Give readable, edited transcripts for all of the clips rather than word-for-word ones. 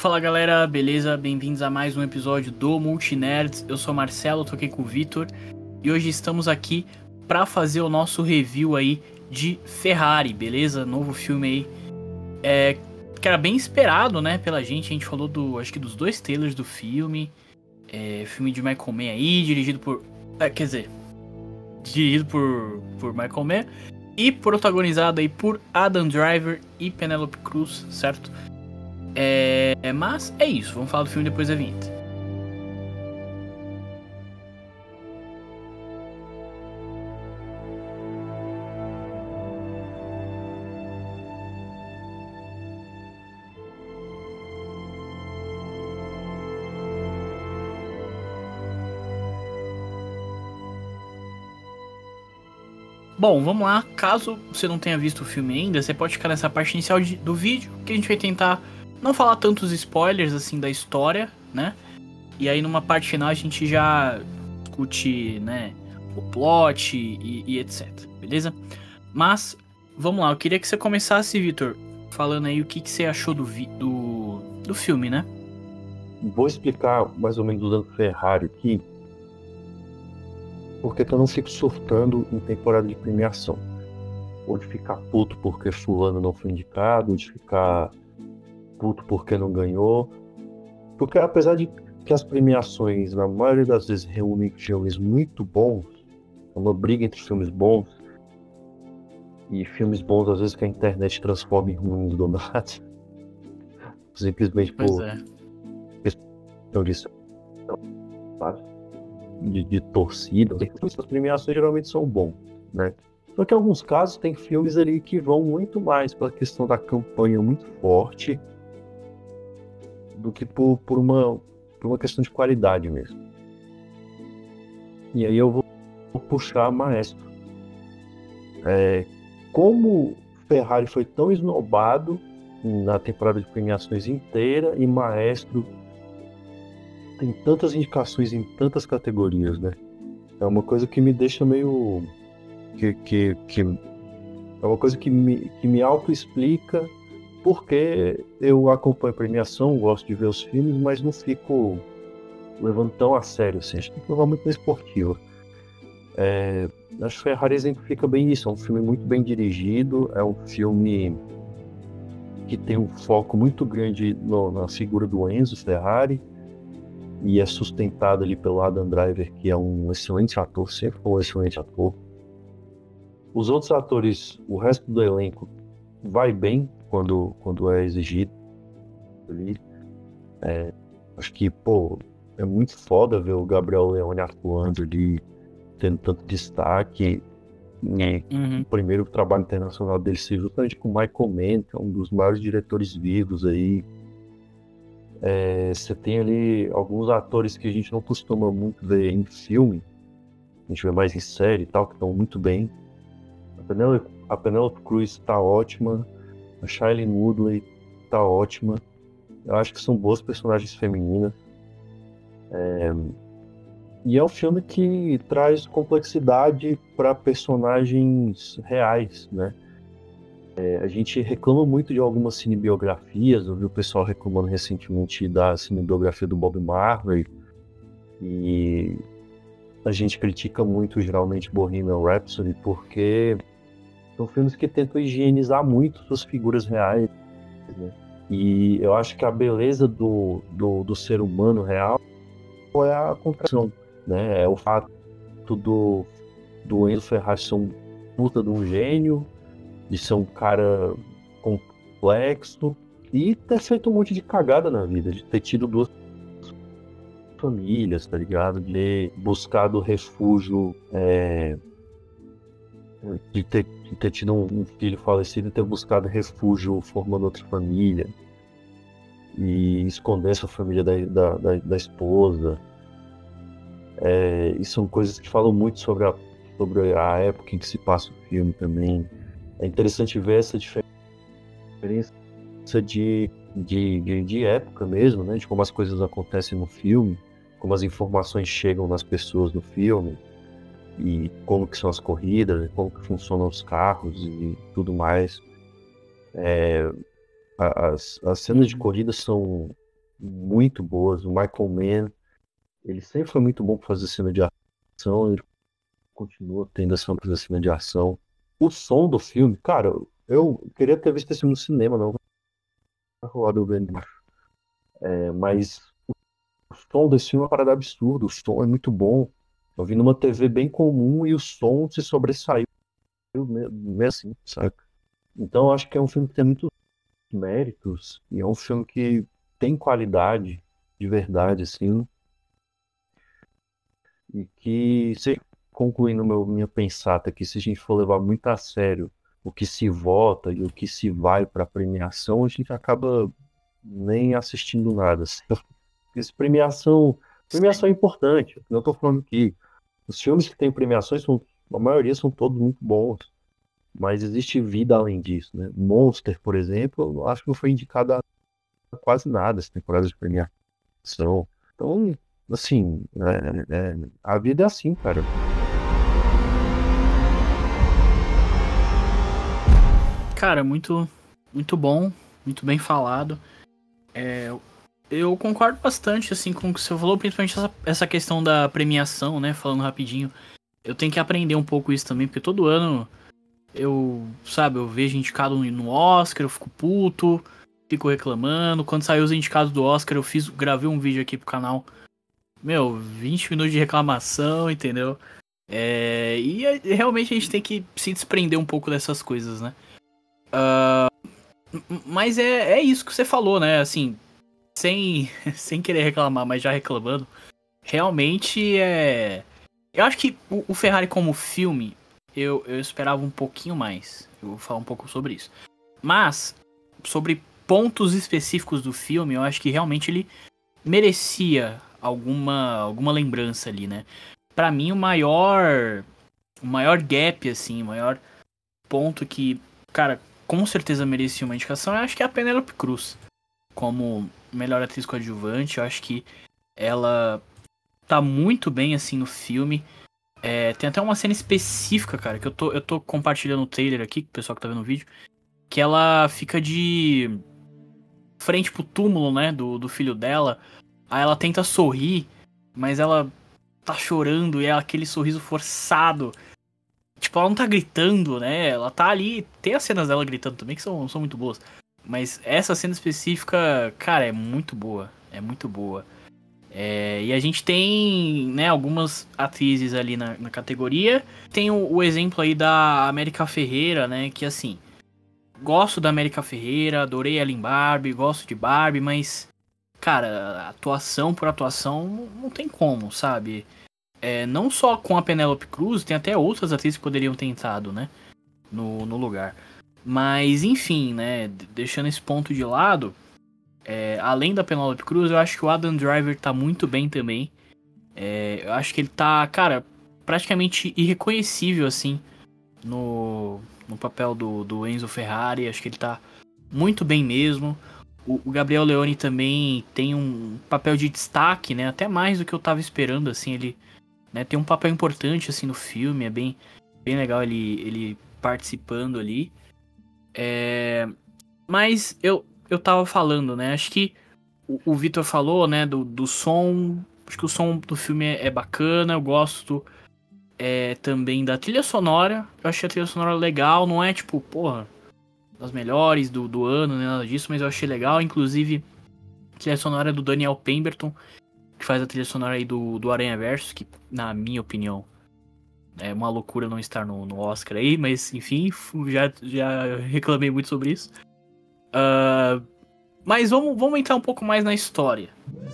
Fala galera, beleza? Bem-vindos a mais um episódio do Multinerds. Eu sou o Marcelo, tô aqui com o Vitor e hoje estamos aqui para fazer o nosso review aí de Ferrari, beleza? Novo filme aí, que era bem esperado, né, pela gente. A gente falou acho que dos dois trailers do filme. Filme de Michael Mann aí, dirigido por... dirigido por Michael Mann e protagonizado aí por Adam Driver e Penélope Cruz, certo? Mas é isso, vamos falar do filme depois da vinheta. Bom, vamos lá. Caso você não tenha visto o filme ainda, você pode ficar nessa parte inicial do vídeo, que a gente vai tentar não falar tantos spoilers assim da história, né? E aí numa parte final a gente já discute, né, o plot e etc, beleza? Mas, vamos lá, eu queria que você começasse, Vitor, falando aí o que você achou do filme, né? Vou explicar mais ou menos usando Ferrari aqui, porque eu não fico surtando em temporada de premiação. Ou de ficar puto porque fulano não foi indicado, ou de ficar puto porque não ganhou. Porque apesar de que as premiações, na maioria das vezes, reúnem filmes muito bons, é uma briga entre filmes bons, e filmes bons, às vezes, que a internet transforma em ruins do nada, simplesmente Pois por é. questão de torcida. As premiações geralmente são bons, né? Só que em alguns casos tem filmes ali que vão muito mais pela questão da campanha muito forte do que por uma questão de qualidade mesmo. E aí eu vou puxar Maestro. Como Ferrari foi tão esnobado na temporada de premiações inteira e Maestro tem tantas indicações em tantas categorias, né? É uma coisa que me deixa meio... é uma coisa que me auto-explica, porque eu acompanho a premiação, gosto de ver os filmes, mas não fico levando tão a sério assim. Acho que tem que levar muito na esportiva. Acho que Ferrari exemplifica bem isso. É um filme muito bem dirigido, é um filme que tem um foco muito grande na figura do Enzo Ferrari, e é sustentado ali pelo Adam Driver, que é um excelente ator, sempre foi um excelente ator. Os outros atores, o resto do elenco vai bem quando é exigido ali. Acho que, é muito foda ver o Gabriel Leone atuando ali, tendo tanto destaque. O primeiro trabalho internacional dele ser justamente com o Michael Mann, que é um dos maiores diretores vivos aí. Você tem ali alguns atores que a gente não costuma muito ver em filme, a gente vê mais em série e tal, que estão muito bem. A Penélope Cruz tá ótima, a Shailene Woodley tá ótima. Eu acho que são boas personagens femininas. E é um filme que traz complexidade para personagens reais, né? A gente reclama muito de algumas cinebiografias. Eu vi o pessoal reclamando recentemente da cinebiografia do Bob Marley, e a gente critica muito geralmente Bohemian Rhapsody porque são filmes que tentam higienizar muito suas figuras reais, né? E eu acho que a beleza do ser humano real é a contração, né? É o fato do Enzo Ferrari ser um puta de um gênio, de ser um cara complexo e ter feito um monte de cagada na vida, de ter tido duas famílias, tá ligado? De ter buscado refúgio, de ter tido um filho falecido e ter buscado refúgio formando outra família e esconder essa família da esposa. E são coisas que falam muito sobre a época em que se passa o filme também. É interessante ver essa diferença de época mesmo, né? De como as coisas acontecem no filme, como as informações chegam nas pessoas no filme, e como que são as corridas, como que funcionam os carros e tudo mais. As cenas de corrida são muito boas. O Michael Mann, ele sempre foi muito bom para fazer cena de ação, ele continua tendo essa cena de ação. O som do filme, cara, eu queria ter visto esse filme no cinema, não vai rolar do vendo. Mas o som desse filme é uma parada absurda, o som é muito bom. Eu vi numa TV bem comum e o som se sobressaiu meio assim, saca? Então eu acho que é um filme que tem muitos méritos e é um filme que tem qualidade de verdade, assim, e que, se concluindo minha pensata aqui, se a gente for levar muito a sério o que se vota e o que se vai para premiação, a gente acaba nem assistindo nada, assim. Porque premiação é importante. Eu estou falando que os filmes que têm premiações, a maioria são todos muito bons, mas existe vida além disso, né? Monster, por exemplo, eu acho que não foi indicado a quase nada essa temporada de premiação. Então, assim, a vida é assim, cara. Cara, muito bom, muito bem falado. Eu concordo bastante, assim, com o que você falou, principalmente essa questão da premiação, né? Falando rapidinho. Eu tenho que aprender um pouco isso também, porque todo ano eu vejo indicado no Oscar, eu fico puto, fico reclamando. Quando saiu os indicados do Oscar, gravei um vídeo aqui pro canal. Meu, 20 minutos de reclamação, entendeu? Realmente a gente tem que se desprender um pouco dessas coisas, né? Mas é isso que você falou, né? Assim, sem querer reclamar, mas já reclamando. Realmente é. Eu acho que o Ferrari como filme, eu esperava um pouquinho mais. Eu vou falar um pouco sobre isso. Mas, sobre pontos específicos do filme, eu acho que realmente ele merecia alguma lembrança ali, né? Pra mim, o maior gap, assim, o maior ponto que, cara, com certeza merecia uma indicação, eu acho que é a Penélope Cruz. Como melhor atriz coadjuvante, eu acho que ela tá muito bem, assim, no filme. Tem até uma cena específica, cara, que eu tô compartilhando o trailer aqui, com o pessoal que tá vendo o vídeo, que ela fica de frente pro túmulo, né, do filho dela. Aí ela tenta sorrir, mas ela tá chorando e é aquele sorriso forçado. Tipo, ela não tá gritando, né? Ela tá ali. Tem as cenas dela gritando também que são muito boas. Mas essa cena específica, cara, é muito boa. É muito boa. E a gente tem, né, algumas atrizes ali na categoria. Tem o exemplo aí da América Ferreira, né? Que assim, gosto da América Ferreira, adorei ela em Barbie, gosto de Barbie, mas, cara, atuação por atuação não tem como, sabe? Não só com a Penélope Cruz, tem até outras atrizes que poderiam ter entrado, né? No lugar. Mas, enfim, né? Deixando esse ponto de lado, além da Penélope Cruz, eu acho que o Adam Driver tá muito bem também. Eu acho que ele tá, cara, praticamente irreconhecível, assim, no papel do Enzo Ferrari. Acho que ele tá muito bem mesmo. O Gabriel Leone também tem um papel de destaque, né? Até mais do que eu tava esperando, assim, ele, né, tem um papel importante, assim, no filme. É bem legal ele participando ali. Mas eu tava falando, né? Acho que o Vitor falou, né, do som. Acho que o som do filme é bacana. Eu gosto também da trilha sonora. Eu achei a trilha sonora legal. Não é tipo, porra, das melhores do ano, nem nada disso. Mas eu achei legal. Inclusive, a trilha sonora é do Daniel Pemberton, que faz a trilha sonora aí do Aranha Verso, que, na minha opinião, é uma loucura não estar no Oscar aí, mas enfim, já reclamei muito sobre isso. Mas vamos entrar um pouco mais na história.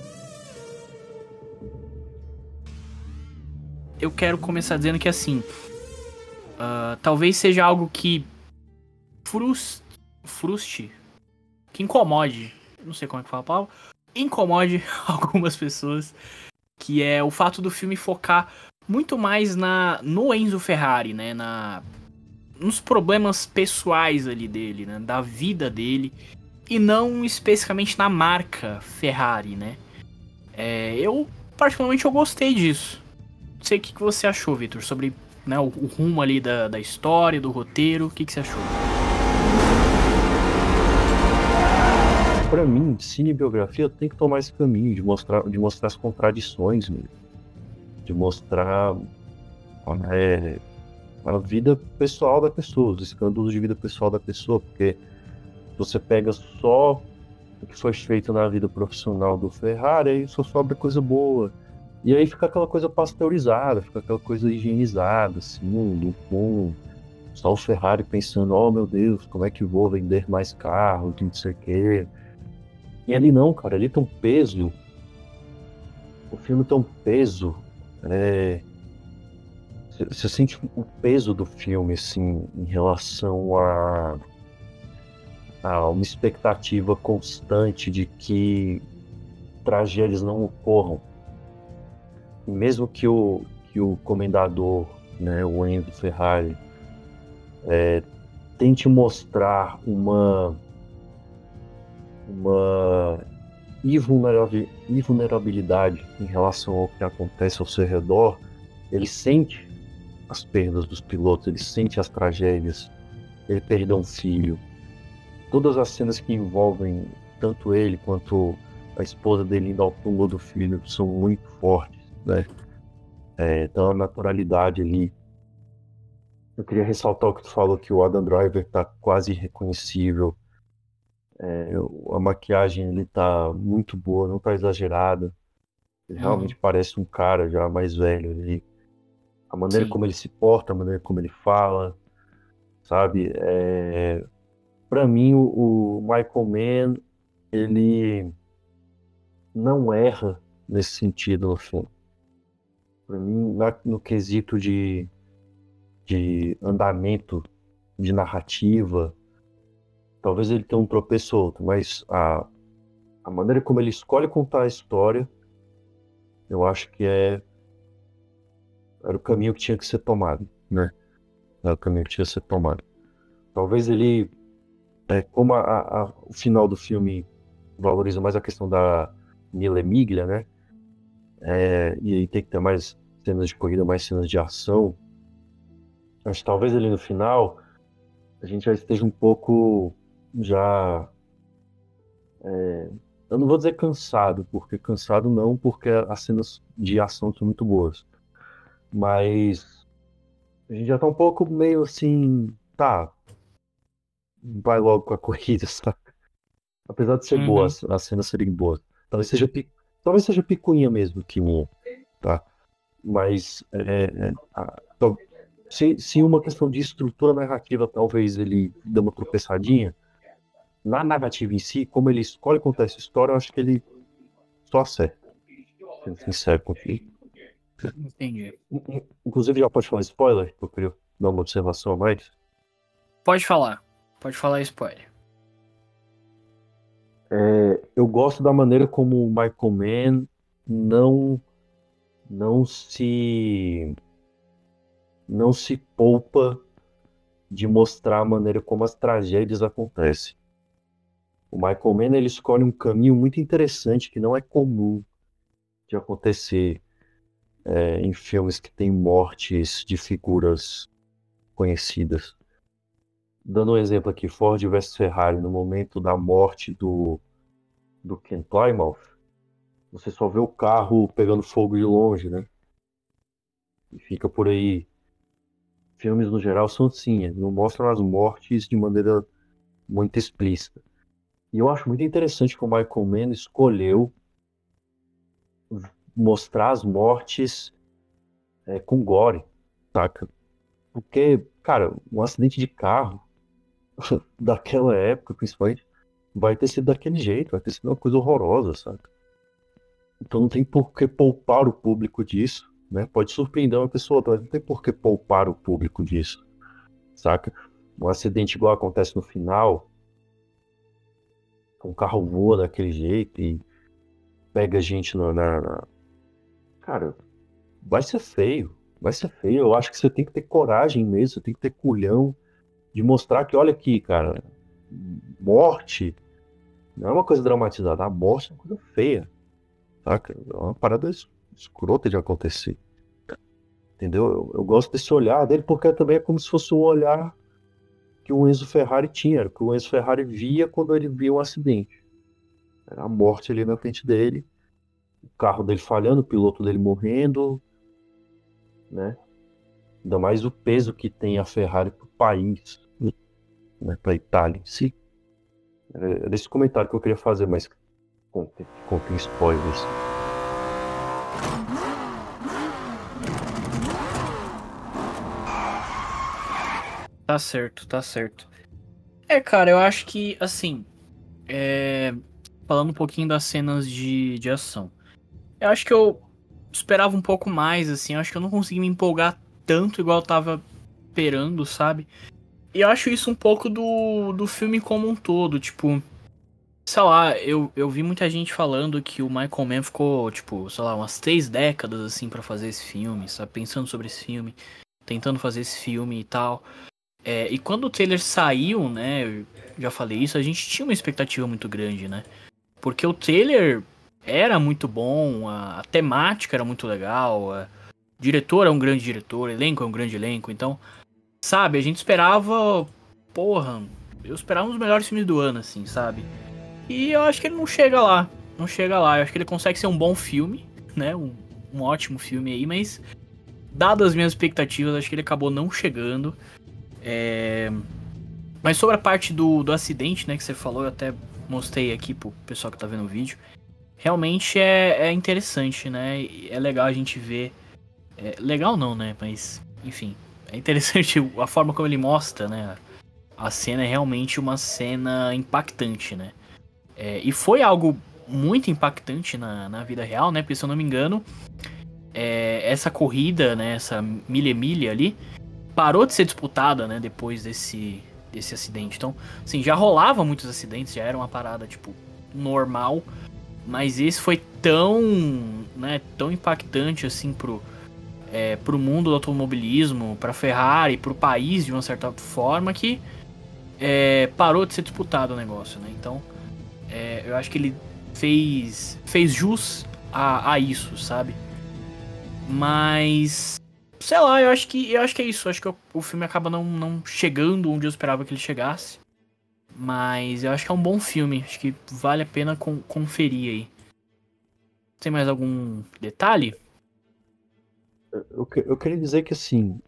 Eu quero começar dizendo que, assim, talvez seja algo que frustre, que incomode, não sei como é que fala a palavra, incomode algumas pessoas, que é o fato do filme focar muito mais no Enzo Ferrari, né, nos problemas pessoais ali dele, né, da vida dele, e não especificamente na marca Ferrari, né. Eu gostei disso. Não sei o que você achou, Victor, sobre, né, o rumo ali da história, do roteiro. O que você achou? Pra mim, de cinebiografia tem que tomar esse caminho, de mostrar as contradições mesmo. De mostrar a vida pessoal da pessoa, os escândalos de vida pessoal da pessoa, porque você pega só o que foi feito na vida profissional do Ferrari, aí só sobra coisa boa. E aí fica aquela coisa pasteurizada, fica aquela coisa higienizada, assim, com só o Ferrari pensando, oh meu Deus, como é que vou vender mais carro, não sei o quê. E ali não, cara, ali tem um peso, o filme tem um peso, você sente o peso do filme, assim, em relação a uma expectativa constante de que tragédias não ocorram. E mesmo que o comendador, né, o Enzo Ferrari, tente mostrar uma invulnerabilidade em relação ao que acontece ao seu redor, ele sente as perdas dos pilotos, ele sente as tragédias, ele perdeu um filho. Todas as cenas que envolvem tanto ele quanto a esposa dele indo ao túmulo do filho são muito fortes, né? Então a naturalidade ali. Eu queria ressaltar o que tu falou, que o Adam Driver tá quase irreconhecível. A maquiagem ele tá muito boa, não tá exagerada. Ele realmente parece um cara já mais velho. A maneira Sim. como ele se porta, a maneira como ele fala, sabe? Para mim, o Michael Mann, ele não erra nesse sentido no filme. Para mim, no quesito de andamento, de narrativa, talvez ele tenha um tropeço ou outro, mas a maneira como ele escolhe contar a história, eu acho que era o caminho que tinha que ser tomado, né? Era o caminho que tinha que ser tomado. Talvez ele, como o final do filme valoriza mais a questão da Mille Miglia, né? E aí tem que ter mais cenas de corrida, mais cenas de ação. Acho que talvez ali no final a gente já esteja um pouco já... eu não vou dizer cansado, porque cansado não, porque as cenas de ação são muito boas. Mas a gente já tá um pouco meio assim, tá, vai logo com a corrida, sabe? Apesar de ser boa, as cenas serem boas. Talvez seja picuinha mesmo que minha, tá? Mas se uma questão de estrutura narrativa, talvez ele dê uma tropeçadinha, na narrativa em si, como ele escolhe contar essa história, eu acho que ele só acerta. Sendo sincero contigo. Entendi. Inclusive, já pode falar spoiler, que eu queria dar uma observação a mais. Pode falar spoiler. Eu gosto da maneira como o Michael Mann não se poupa de mostrar a maneira como as tragédias acontecem. O Michael Mann ele escolhe um caminho muito interessante que não é comum de acontecer em filmes que têm mortes de figuras conhecidas. Dando um exemplo aqui, Ford vs Ferrari, no momento da morte do Ken Plymouth, você só vê o carro pegando fogo de longe, né? E fica por aí. Filmes, no geral, são assim, não mostram as mortes de maneira muito explícita. E eu acho muito interessante que o Michael Mann escolheu mostrar as mortes com gore, saca? Porque, cara, um acidente de carro daquela época, principalmente, vai ter sido daquele jeito, vai ter sido uma coisa horrorosa, saca? Então não tem por que poupar o público disso, né? Pode surpreender uma pessoa, mas não tem por que poupar o público disso, saca? Um acidente igual acontece no final, um carro voa daquele jeito e pega a gente Cara, vai ser feio, vai ser feio. Eu acho que você tem que ter coragem mesmo, você tem que ter culhão de mostrar que, olha aqui, cara, morte não é uma coisa dramatizada, a morte é uma coisa feia, saca? É uma parada escrota de acontecer. Entendeu? Eu gosto desse olhar dele porque também é como se fosse um olhar que o Enzo Ferrari tinha, que o Enzo Ferrari via quando ele via um acidente. Era a morte ali na frente dele, o carro dele falhando, o piloto dele morrendo, né? Ainda mais o peso que tem a Ferrari pro país, né? Pra Itália em si. Era esse comentário que eu queria fazer, mas contém spoilers. Tá certo, tá certo. Cara, eu acho que, assim, falando um pouquinho das cenas de ação. Eu acho que eu esperava um pouco mais, assim, eu acho que eu não consegui me empolgar tanto igual eu tava esperando, sabe? E eu acho isso um pouco do filme como um todo, tipo, sei lá, eu vi muita gente falando que o Michael Mann ficou, tipo, sei lá, umas 3 décadas, assim, pra fazer esse filme, sabe? Pensando sobre esse filme, tentando fazer esse filme e tal. E quando o trailer saiu, né, eu já falei isso, a gente tinha uma expectativa muito grande, né? Porque o trailer era muito bom, a temática era muito legal, o diretor é um grande diretor, o elenco é um grande elenco, então, sabe, a gente esperava, porra, eu esperava um dos melhores filmes do ano, assim, sabe? E eu acho que ele não chega lá, não chega lá, eu acho que ele consegue ser um bom filme, né, um ótimo filme aí, mas, dadas as minhas expectativas, acho que ele acabou não chegando. Mas sobre a parte do acidente, né, que você falou, eu até mostrei aqui pro pessoal que tá vendo o vídeo. Realmente é interessante, né? E é legal a gente ver. Legal não, né? Mas, enfim. É interessante a forma como ele mostra, né? A cena é realmente uma cena impactante, né? E foi algo muito impactante na vida real, né? Porque se eu não me engano, essa corrida, né? Essa milha ali, parou de ser disputada, né? Depois desse acidente. Então, assim, já rolava muitos acidentes, já era uma parada, tipo, normal. Mas esse foi tão, né, tão impactante assim pro mundo do automobilismo, pra Ferrari, pro país de uma certa forma que parou de ser disputado o negócio, né? Então, eu acho que ele fez jus a isso, sabe? Mas sei lá, eu acho que é isso. Eu acho que o filme acaba não chegando onde eu esperava que ele chegasse. Mas eu acho que é um bom filme. Acho que vale a pena conferir aí. Tem mais algum detalhe? Eu queria dizer que, assim,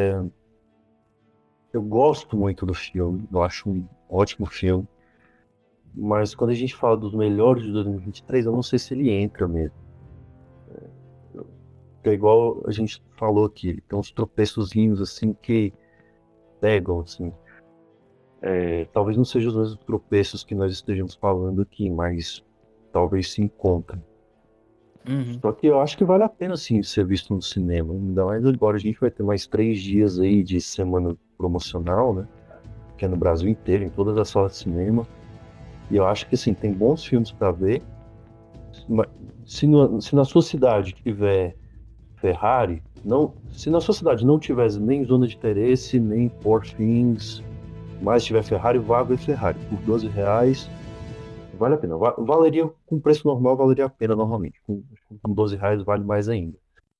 eu gosto muito do filme, eu acho um ótimo filme, mas quando a gente fala dos melhores de 2023, eu não sei se ele entra mesmo. É igual a gente falou aqui, ele tem uns tropeçozinhos, assim, que pegam, assim. Talvez não sejam os mesmos tropeços que nós estejamos falando aqui, mas talvez se encontrem. Uhum. Só que eu acho que vale a pena, sim, ser visto no cinema. Ainda mais agora, a gente vai ter mais 3 dias aí de semana promocional, né? Que é no Brasil inteiro, em todas as salas de cinema. E eu acho que, assim, tem bons filmes para ver. Mas se na sua cidade tiver Ferrari, não, se na sua cidade não tiver nem Zona de Interesse, nem Porsche Things, mas tiver Ferrari, vá ver Ferrari. Por R$ 12, vale a pena. Valeria, com preço normal, valeria a pena normalmente. Com R$ 12 vale mais ainda.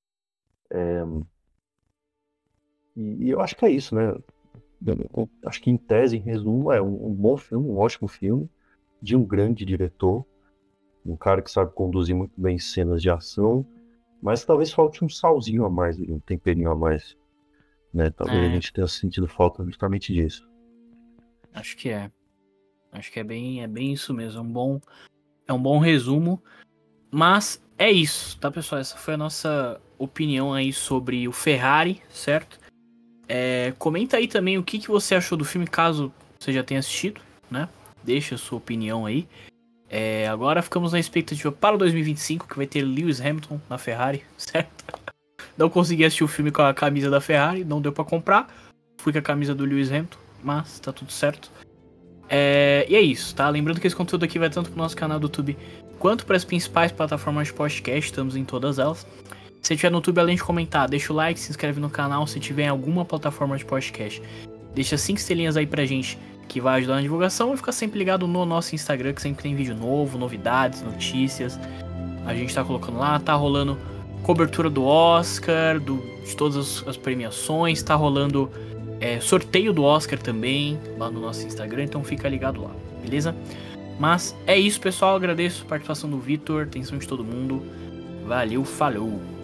E eu acho que é isso, né? Eu acho que em tese, em resumo, é um bom filme, um ótimo filme, de um grande diretor, um cara que sabe conduzir muito bem cenas de ação, mas talvez falte um salzinho a mais, um temperinho a mais, né? Talvez a É, gente tenha sentido falta justamente disso. acho que é. Acho que é bem isso mesmo. É um bom resumo. Mas é isso, tá, pessoal? Essa foi a nossa opinião aí sobre o Ferrari, certo? Comenta aí também o que você achou do filme, caso você já tenha assistido, né? Deixa a sua opinião aí. Agora ficamos na expectativa para 2025, que vai ter Lewis Hamilton na Ferrari, certo? Não consegui assistir o filme com a camisa da Ferrari, não deu pra comprar. Fui com a camisa do Lewis Hamilton, mas tá tudo certo. E é isso, tá? Lembrando que esse conteúdo aqui vai tanto pro nosso canal do YouTube quanto para as principais plataformas de podcast, estamos em todas elas. Se tiver no YouTube, além de comentar, deixa o like, se inscreve no canal se tiver em alguma plataforma de podcast. Deixa 5 estrelinhas aí pra gente, que vai ajudar na divulgação, e fica sempre ligado no nosso Instagram, que sempre tem vídeo novo, novidades, notícias. A gente tá colocando lá, tá rolando cobertura do Oscar, de todas as premiações, tá rolando sorteio do Oscar também lá no nosso Instagram, então fica ligado lá, beleza? Mas é isso, pessoal. Agradeço a participação do Vitor, atenção de todo mundo. Valeu, falou!